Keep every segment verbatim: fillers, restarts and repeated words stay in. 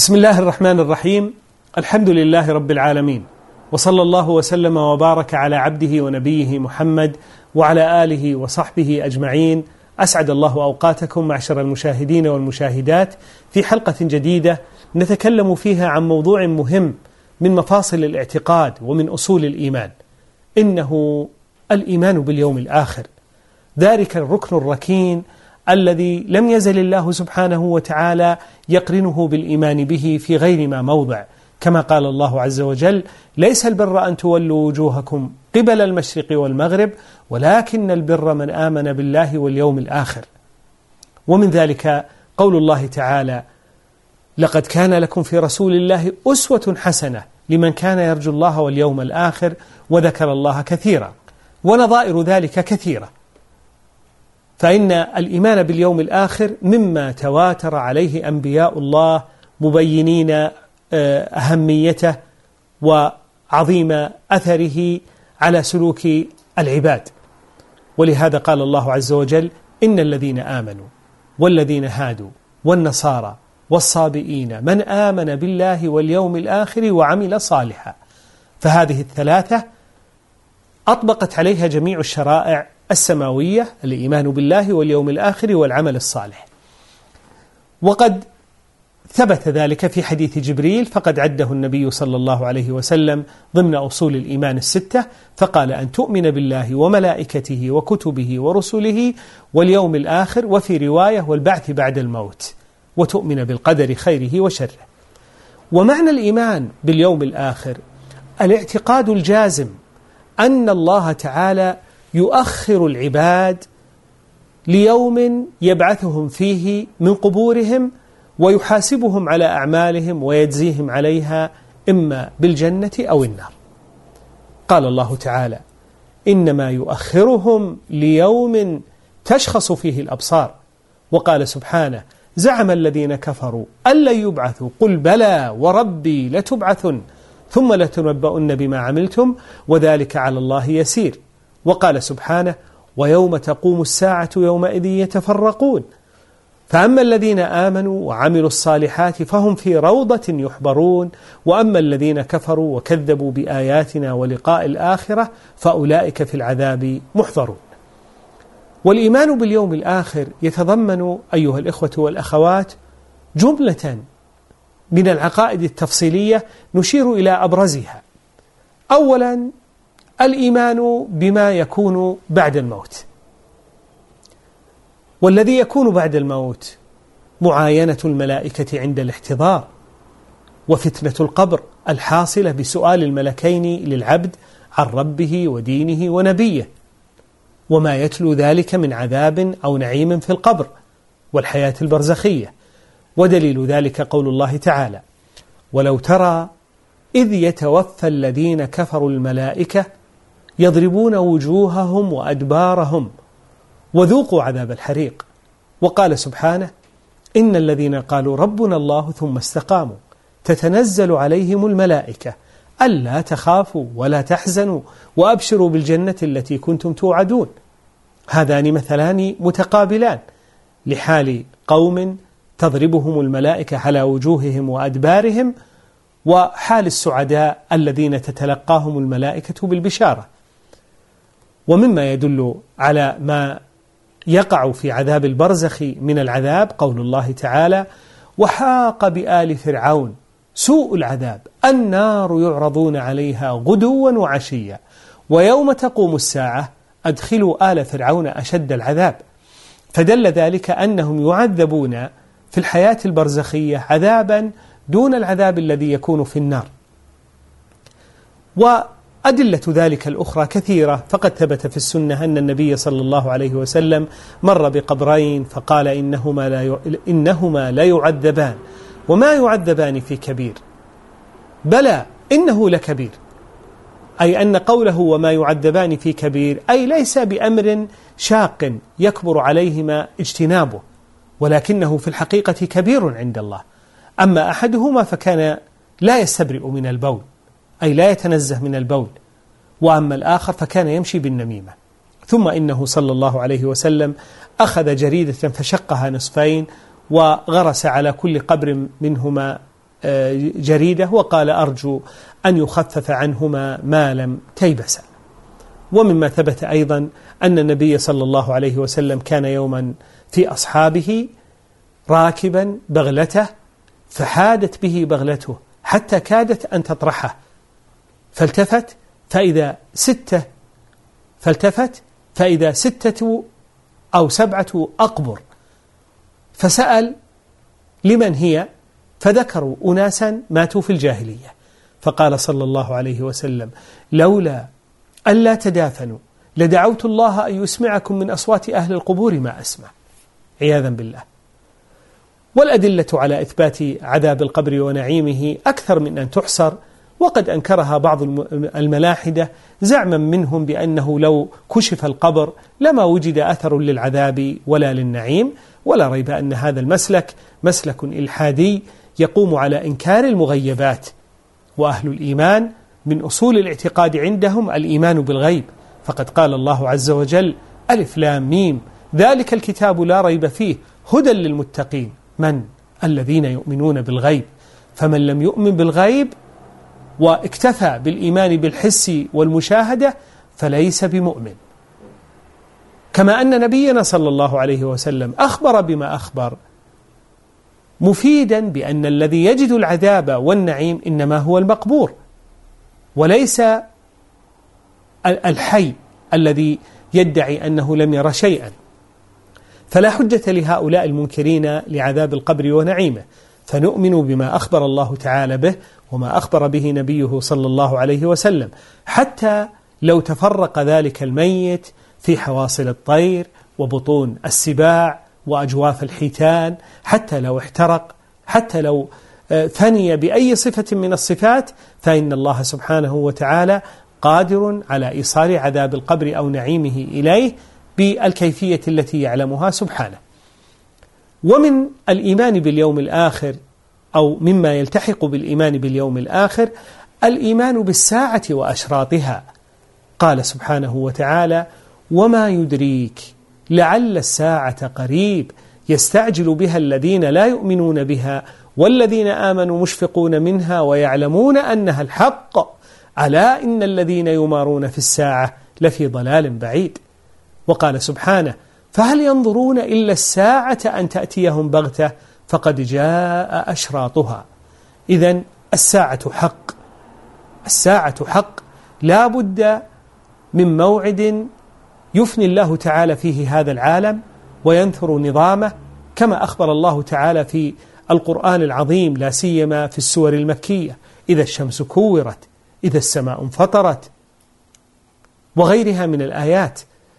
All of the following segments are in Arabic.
بسم الله الرحمن الرحيم. الحمد لله رب العالمين، وصلى الله وسلم وبارك على عبده ونبيه محمد وعلى آله وصحبه أجمعين. أسعد الله أوقاتكم معشر المشاهدين والمشاهدات في حلقة جديدة نتكلم فيها عن موضوع مهم من مفاصل الاعتقاد ومن أصول الإيمان، إنه الإيمان باليوم الآخر، ذلك الركن الركين الذي لم يزل الله سبحانه وتعالى يقرنه بالإيمان به في غير ما موضع، كما قال الله عز وجل: ليس البر أن تولوا وجوهكم قبل المشرق والمغرب ولكن البر من آمن بالله واليوم الآخر. ومن ذلك قول الله تعالى: لقد كان لكم في رسول الله أسوة حسنة لمن كان يرجو الله واليوم الآخر وذكر الله كثيرا. ونظائر ذلك كثيرة، فإن الإيمان باليوم الآخر مما تواتر عليه أنبياء الله مبينين أهميته وعظيم أثره على سلوك العباد. ولهذا قال الله عز وجل: إن الذين آمنوا والذين هادوا والنصارى والصابئين من آمن بالله واليوم الآخر وعمل صالحا. فهذه الثلاثة أطبقت عليها جميع الشرائع السماوية: الإيمان بالله واليوم الآخر والعمل الصالح. وقد ثبت ذلك في حديث جبريل، فقد عده النبي صلى الله عليه وسلم ضمن أصول الإيمان الستة، فقال: أن تؤمن بالله وملائكته وكتبه ورسله واليوم الآخر، وفي رواية: والبعث بعد الموت، وتؤمن بالقدر خيره وشره. ومعنى الإيمان باليوم الآخر الاعتقاد الجازم أن الله تعالى يؤخر العباد ليوم يبعثهم فيه من قبورهم ويحاسبهم على أعمالهم ويجزيهم عليها إما بالجنة أو النار. قال الله تعالى: إنما يؤخرهم ليوم تشخص فيه الأبصار. وقال سبحانه: زعم الذين كفروا أن لن يبعثوا قل بلى وربي لتبعثن ثم لتنبؤن بما عملتم وذلك على الله يسير. وقال سبحانه: ويوم تقوم الساعة يومئذ يتفرقون. فأما الذين آمنوا وعملوا الصالحات فهم في روضة يحبرون، وأما الذين كفروا وكذبوا بآياتنا ولقاء الآخرة فأولئك في العذاب محضرون. والإيمان باليوم الآخر يتضمن أيها الإخوة والأخوات جملة من العقائد التفصيلية نشير إلى أبرزها. أولا، الإيمان بما يكون بعد الموت، والذي يكون بعد الموت معاينة الملائكة عند الاحتضار، وفتنة القبر الحاصلة بسؤال الملكين للعبد عن ربه ودينه ونبيه، وما يتلو ذلك من عذاب أو نعيم في القبر، والحياة البرزخية. ودليل ذلك قول الله تعالى: ولو ترى إذ يتوفى الذين كفروا الملائكة يضربون وجوههم وأدبارهم وذوقوا عذاب الحريق. وقال سبحانه: إن الذين قالوا ربنا الله ثم استقاموا تتنزل عليهم الملائكة ألا تخافوا ولا تحزنوا وأبشروا بالجنة التي كنتم توعدون. هذان مثلان متقابلان لحال قوم تضربهم الملائكة على وجوههم وأدبارهم، وحال السعداء الذين تتلقاهم الملائكة بالبشارة. ومما يدل على ما يقع في عذاب البرزخ من العذاب قول الله تعالى: وحاق بآل فرعون سوء العذاب النار يعرضون عليها غدوا وعشيا ويوم تقوم الساعة أدخلوا آل فرعون أشد العذاب. فدل ذلك أنهم يعذبون في الحياة البرزخية عذابا دون العذاب الذي يكون في النار. وأدلة ذلك الأخرى كثيرة، فقد ثبت في السنة أن النبي صلى الله عليه وسلم مر بقبرين فقال: إنهما لا إنهما لا يعذبان وما يعذبان في كبير، بلى إنه لكبير. أي أن قوله وما يعذبان في كبير أي ليس بأمر شاق يكبر عليهما اجتنابه، ولكنه في الحقيقة كبير عند الله. أما أحدهما فكان لا يستبرئ من البول، أي لا يتنزه من البول، وأما الآخر فكان يمشي بالنميمة. ثم إنه صلى الله عليه وسلم أخذ جريدة فشقها نصفين وغرس على كل قبر منهما جريدة وقال أرجو أن يخفف عنهما ما لم تيبسا. ومما ثبت أيضا أن النبي صلى الله عليه وسلم كان يوما في أصحابه راكبا بغلته فحادت به بغلته حتى كادت أن تطرحه، فالتفت فإذا ستة فالتفت فإذا ستة أو سبعة أقبر، فسأل لمن هي؟ فذكروا أناسا ماتوا في الجاهلية، فقال صلى الله عليه وسلم لولا ألا تدافنوا لدعوت الله أن يسمعكم من أصوات أهل القبور ما أسمع، عياذا بالله. والأدلة على إثبات عذاب القبر ونعيمه أكثر من أن تحصر، وقد أنكرها بعض الملاحدة زعما منهم بأنه لو كشف القبر لما وجد أثر للعذاب ولا للنعيم، ولا ريب أن هذا المسلك مسلك إلحادي يقوم على إنكار المغيبات. وأهل الإيمان من أصول الاعتقاد عندهم الإيمان بالغيب، فقد قال الله عز وجل ألف لام ميم ذلك الكتاب لا ريب فيه هدى للمتقين، من؟ الذين يؤمنون بالغيب. فمن لم يؤمن بالغيب واكتفى بالإيمان بالحس والمشاهدة فليس بمؤمن. كما أن نبينا صلى الله عليه وسلم أخبر بما أخبر مفيدا بأن الذي يجد العذاب والنعيم إنما هو المقبور وليس الحي الذي يدعي أنه لم ير شيئا. فلا حجة لهؤلاء المنكرين لعذاب القبر ونعيمه، فنؤمن بما أخبر الله تعالى به وما أخبر به نبيه صلى الله عليه وسلم، حتى لو تفرق ذلك الميت في حواصل الطير وبطون السباع وأجواف الحيتان، حتى لو احترق، حتى لو ثني بأي صفة من الصفات، فإن الله سبحانه وتعالى قادر على إيصال عذاب القبر أو نعيمه إليه بالكيفية التي يعلمها سبحانه. ومن الإيمان باليوم الآخر أو مما يلتحق بالإيمان باليوم الآخر الإيمان بالساعة وأشراطها. قال سبحانه وتعالى وما يدريك لعل الساعة قريب يستعجل بها الذين لا يؤمنون بها والذين آمنوا مشفقون منها ويعلمون أنها الحق ألا إن الذين يمارون في الساعة لفي ضلال بعيد. وقال سبحانه فهل ينظرون إلا الساعة أن تأتيهم بغتة فقد جاء أشراطها. إذن الساعة حق، الساعة حق، لا بد من موعد يفني الله تعالى فيه هذا العالم وينثر نظامه، كما أخبر الله تعالى في القرآن العظيم لا سيما في السور المكية إذا الشمس كورت، إذا السماء انفطرت، وغيرها من الآيات.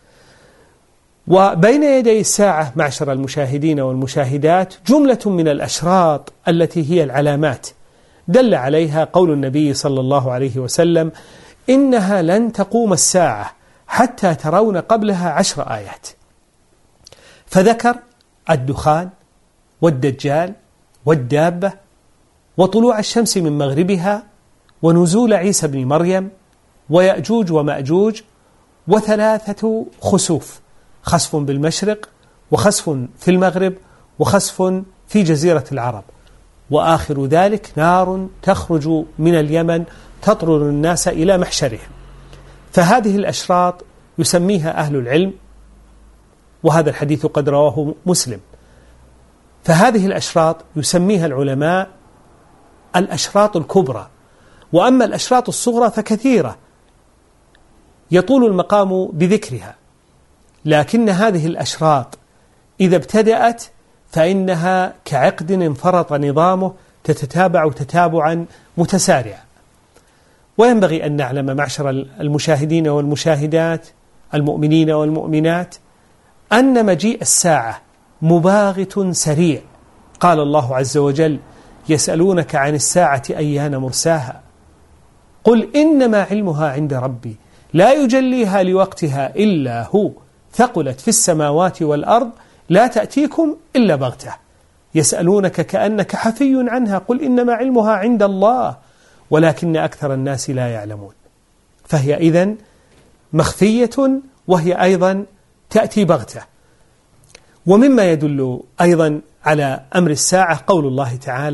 وبين يدي الساعة معشر المشاهدين والمشاهدات جملة من الأشراط التي هي العلامات دل عليها قول النبي صلى الله عليه وسلم إنها لن تقوم الساعة حتى ترون قبلها عشر آيات، فذكر الدخان والدجال والدابة وطلوع الشمس من مغربها ونزول عيسى بن مريم ويأجوج ومأجوج وثلاثة خسوف، خسف بالمشرق وخسف في المغرب وخسف في جزيرة العرب، وآخر ذلك نار تخرج من اليمن تطرد الناس إلى محشرهم. فهذه الأشراط يسميها أهل العلم، وهذا الحديث قد رواه مسلم، فهذه الأشراط يسميها العلماء الأشراط الكبرى. وأما الأشراط الصغرى فكثيرة يطول المقام بذكرها، لكن هذه الأشراط إذا ابتدأت فإنها كعقد انفرط نظامه تتتابع تتابعا متسارعا. وينبغي أن نعلم معشر المشاهدين والمشاهدات المؤمنين والمؤمنات أن مجيء الساعة مباغت سريع. قال الله عز وجل يسألونك عن الساعة أيان مرساها قل إنما علمها عند ربي لا يجليها لوقتها إلا هو ثقلت في السماوات والأرض لا تأتيكم إلا بغتة يسألونك كأنك حفي عنها قل إنما علمها عند الله ولكن أكثر الناس لا يعلمون. فهي إذن مخفية وهي أيضا تأتي بغتة. ومما يدل أيضا على أمر الساعة قول الله تعالى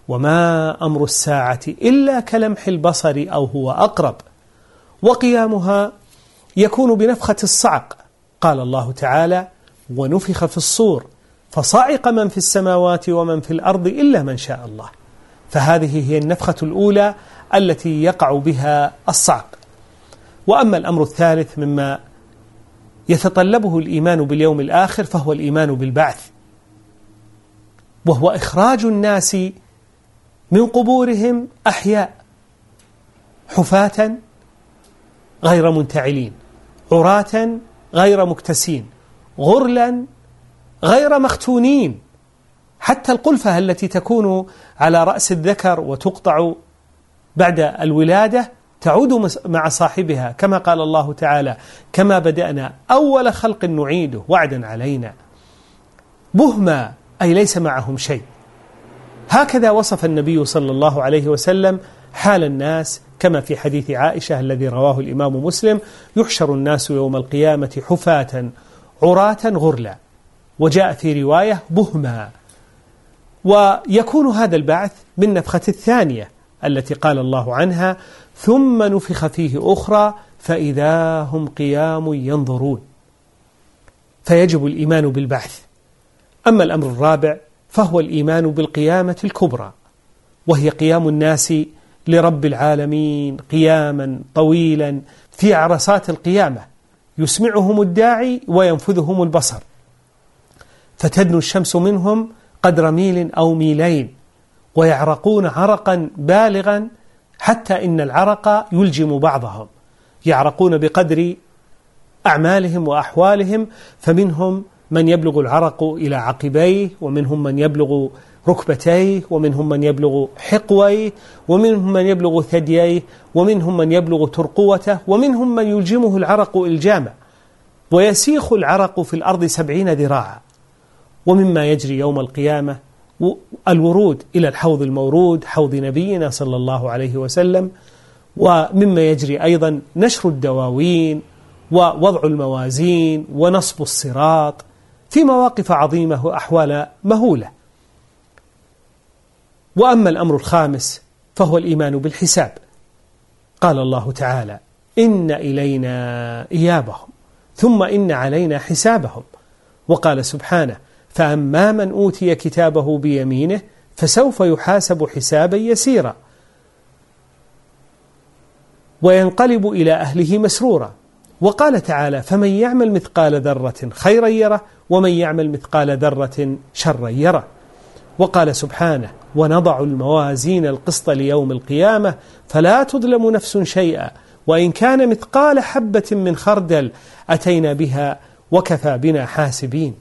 وما أمر الساعة إلا كلمح البصر أو هو أقرب. وقيامها يكون بنفخة الصعق، قال الله تعالى: ونفخ في الصور فصعق من في السماوات ومن في الأرض إلا من شاء الله. فهذه هي النفخة الأولى التي يقع بها الصعق. وأما الأمر الثالث مما يتطلبه الإيمان باليوم الآخر فهو الإيمان بالبعث، وهو إخراج الناس من قبورهم أحياء حفاة غير منتعلين، عراة غير مكتسين، غرلا غير مختونين. حتى القلفة التي تكون على رأس الذكر وتقطع بعد الولادة تعود مع صاحبها، كما قال الله تعالى: كما بدأنا أول خلق نعيده وعدا علينا. بهما أي ليس معهم شيء. هكذا وصف النبي صلى الله عليه وسلم حال الناس، كما في حديث عائشة الذي رواه الإمام مسلم: يحشر الناس يوم القيامة حفاة عراة غرلا، وجاء في رواية بهما. ويكون هذا البعث بالنفخة الثانية التي قال الله عنها: ثم نفخ فيه أخرى فإذا هم قيام ينظرون. فيجب الإيمان بالبعث. أما الأمر الرابع فهو الإيمان بالقيامة الكبرى، وهي قيام الناس لرب العالمين قياما طويلا في عرصات القيامة، يسمعهم الداعي وينفذهم البصر، فتدنو الشمس منهم قدر ميل أو ميلين، ويعرقون عرقا بالغا حتى إن العرق يلجم بعضهم، يعرقون بقدر أعمالهم وأحوالهم، فمنهم من يبلغ العرق إلى عقبيه، ومنهم من يبلغ ركبتيه، ومنهم من يبلغ حقويه، ومنهم من يبلغ ثدييه، ومنهم من يبلغ ترقوته، ومنهم من يلجمه العرق إلجاما، ويسيخ العرق في الأرض سبعين ذراعا. ومما يجري يوم القيامة الورود إلى الحوض المورود، حوض نبينا صلى الله عليه وسلم. ومما يجري أيضا نشر الدواوين ووضع الموازين ونصب الصراط في مواقف عظيمة وأحوال مهولة. وأما الأمر الخامس فهو الإيمان بالحساب. قال الله تعالى: إن إلينا إيابهم ثم إن علينا حسابهم. وقال سبحانه: فأما من أوتي كتابه بيمينه فسوف يحاسب حسابا يسيرا وينقلب إلى أهله مسرورا. وقال تعالى: فمن يعمل مثقال ذرة خيرا يره ومن يعمل مثقال ذرة شرا يره. وقال سبحانه: ونضع الموازين القسط ليوم القيامة فلا تظلم نفس شيئا وإن كان مثقال حبة من خردل أتينا بها وكفى بنا حاسبين.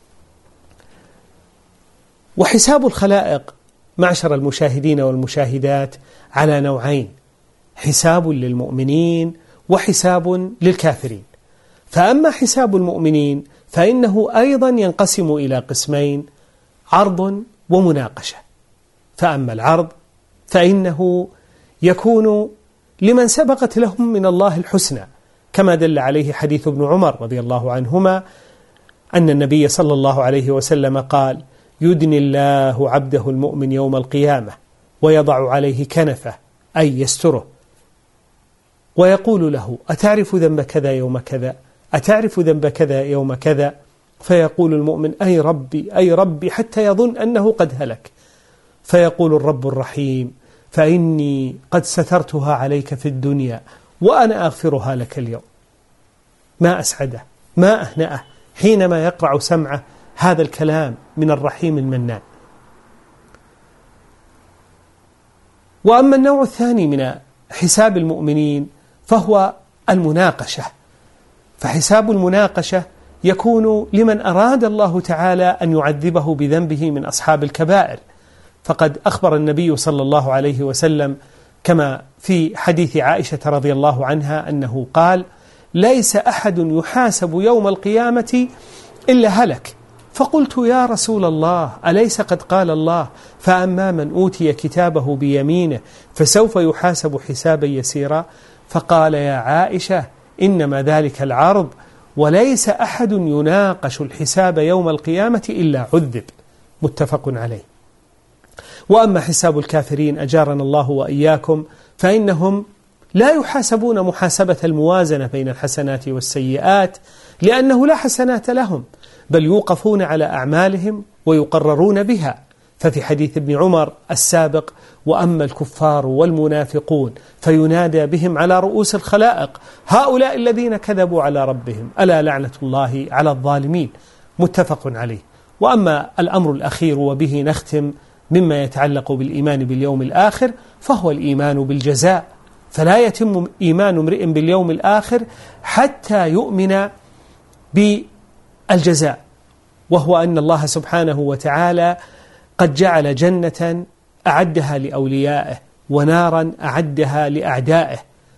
وحساب الخلائق معشر المشاهدين والمشاهدات على نوعين: حساب للمؤمنين وحساب للكافرين. فأما حساب المؤمنين فإنه أيضا ينقسم إلى قسمين: عرض ومناقشة. فأما العرض فإنه يكون لمن سبقت لهم من الله الحسنى، كما دل عليه حديث ابن عمر رضي الله عنهما أن النبي صلى الله عليه وسلم قال: يدني الله عبده المؤمن يوم القيامة ويضع عليه كنفه أي يستره، ويقول له: أتعرف ذنب كذا يوم كذا؟ أتعرف ذنب كذا يوم كذا؟ فيقول المؤمن: أي ربي أي ربي، حتى يظن أنه قد هلك. فيقول الرب الرحيم: فإني قد سترتها عليك في الدنيا وأنا أغفرها لك اليوم. ما أسعده، ما أهنأه حينما يقرع سمعه هذا الكلام من الرحيم المنان. وأما النوع الثاني من حساب المؤمنين فهو المناقشة. فحساب المناقشة يكون لمن أراد الله تعالى أن يعذبه بذنبه من أصحاب الكبائر. فقد أخبر النبي صلى الله عليه وسلم كما في حديث عائشة رضي الله عنها أنه قال: ليس أحد يحاسب يوم القيامة إلا هلك. فقلت: يا رسول الله، أليس قد قال الله: فأما من أوتي كتابه بيمينه فسوف يحاسب حسابا يسيرا؟ فقال: يا عائشة، إنما ذلك العرض، وليس أحد يناقش الحساب يوم القيامة إلا عذب. متفق عليه. وأما حساب الكافرين أجارنا الله وإياكم فإنهم لا يحاسبون محاسبة الموازنة بين الحسنات والسيئات، لأنه لا حسنات لهم، بل يوقفون على أعمالهم ويقررون بها. ففي حديث ابن عمر السابق: وأما الكفار والمنافقون فينادى بهم على رؤوس الخلائق: هؤلاء الذين كذبوا على ربهم، ألا لعنة الله على الظالمين. متفق عليه. وأما الأمر الأخير وبه نختم مما يتعلق بالإيمان باليوم الآخر فهو الإيمان بالجزاء، فلا يتم إيمان امرئ باليوم الآخر حتى يؤمن بالجزاء، وهو أن الله سبحانه وتعالى قد جعل جنة أعدها لأوليائه ونارا أعدها لأعدائه،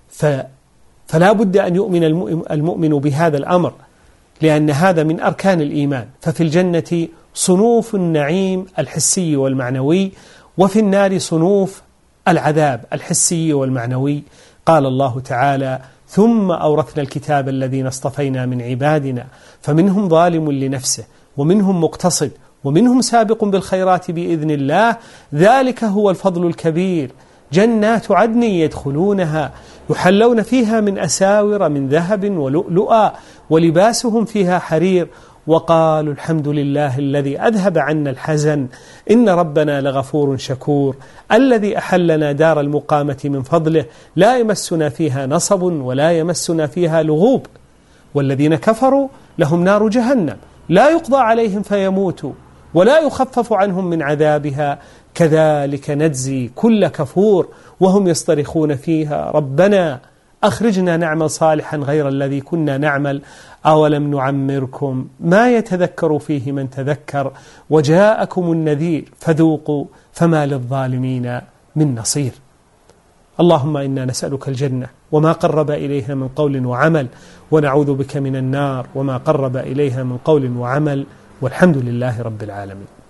فلا بد أن يؤمن المؤمن بهذا الأمر، لأن هذا من أركان الإيمان. ففي الجنة صنوف النعيم الحسي والمعنوي، وفي النار صنوف العذاب الحسي والمعنوي. قال الله تعالى: ثم أورثنا الكتاب الذين اصطفينا من عبادنا فمنهم ظالم لنفسه ومنهم مقتصد ومنهم سابق بالخيرات بإذن الله، ذلك هو الفضل الكبير. جنات عدن يدخلونها يحلون فيها من أساور من ذهب ولؤلؤا ولباسهم فيها حرير، وقالوا الحمد لله الذي أذهب عنا الحزن إن ربنا لغفور شكور، الذي أحلنا دار المقامة من فضله لا يمسنا فيها نصب ولا يمسنا فيها لغوب. والذين كفروا لهم نار جهنم لا يقضى عليهم فيموتوا ولا يخفف عنهم من عذابها كذلك نجزي كل كفور وهم يصطرخون فيها ربنا أخرجنا نعمل صالحا غير الذي كنا نعمل أولم نعمركم ما يتذكر فيه من تذكر وجاءكم النذير فذوقوا فما للظالمين من نصير. اللهم إنا نسألك الجنة وما قرب إليها من قول وعمل، ونعوذ بك من النار وما قرب إليها من قول وعمل، والحمد لله رب العالمين.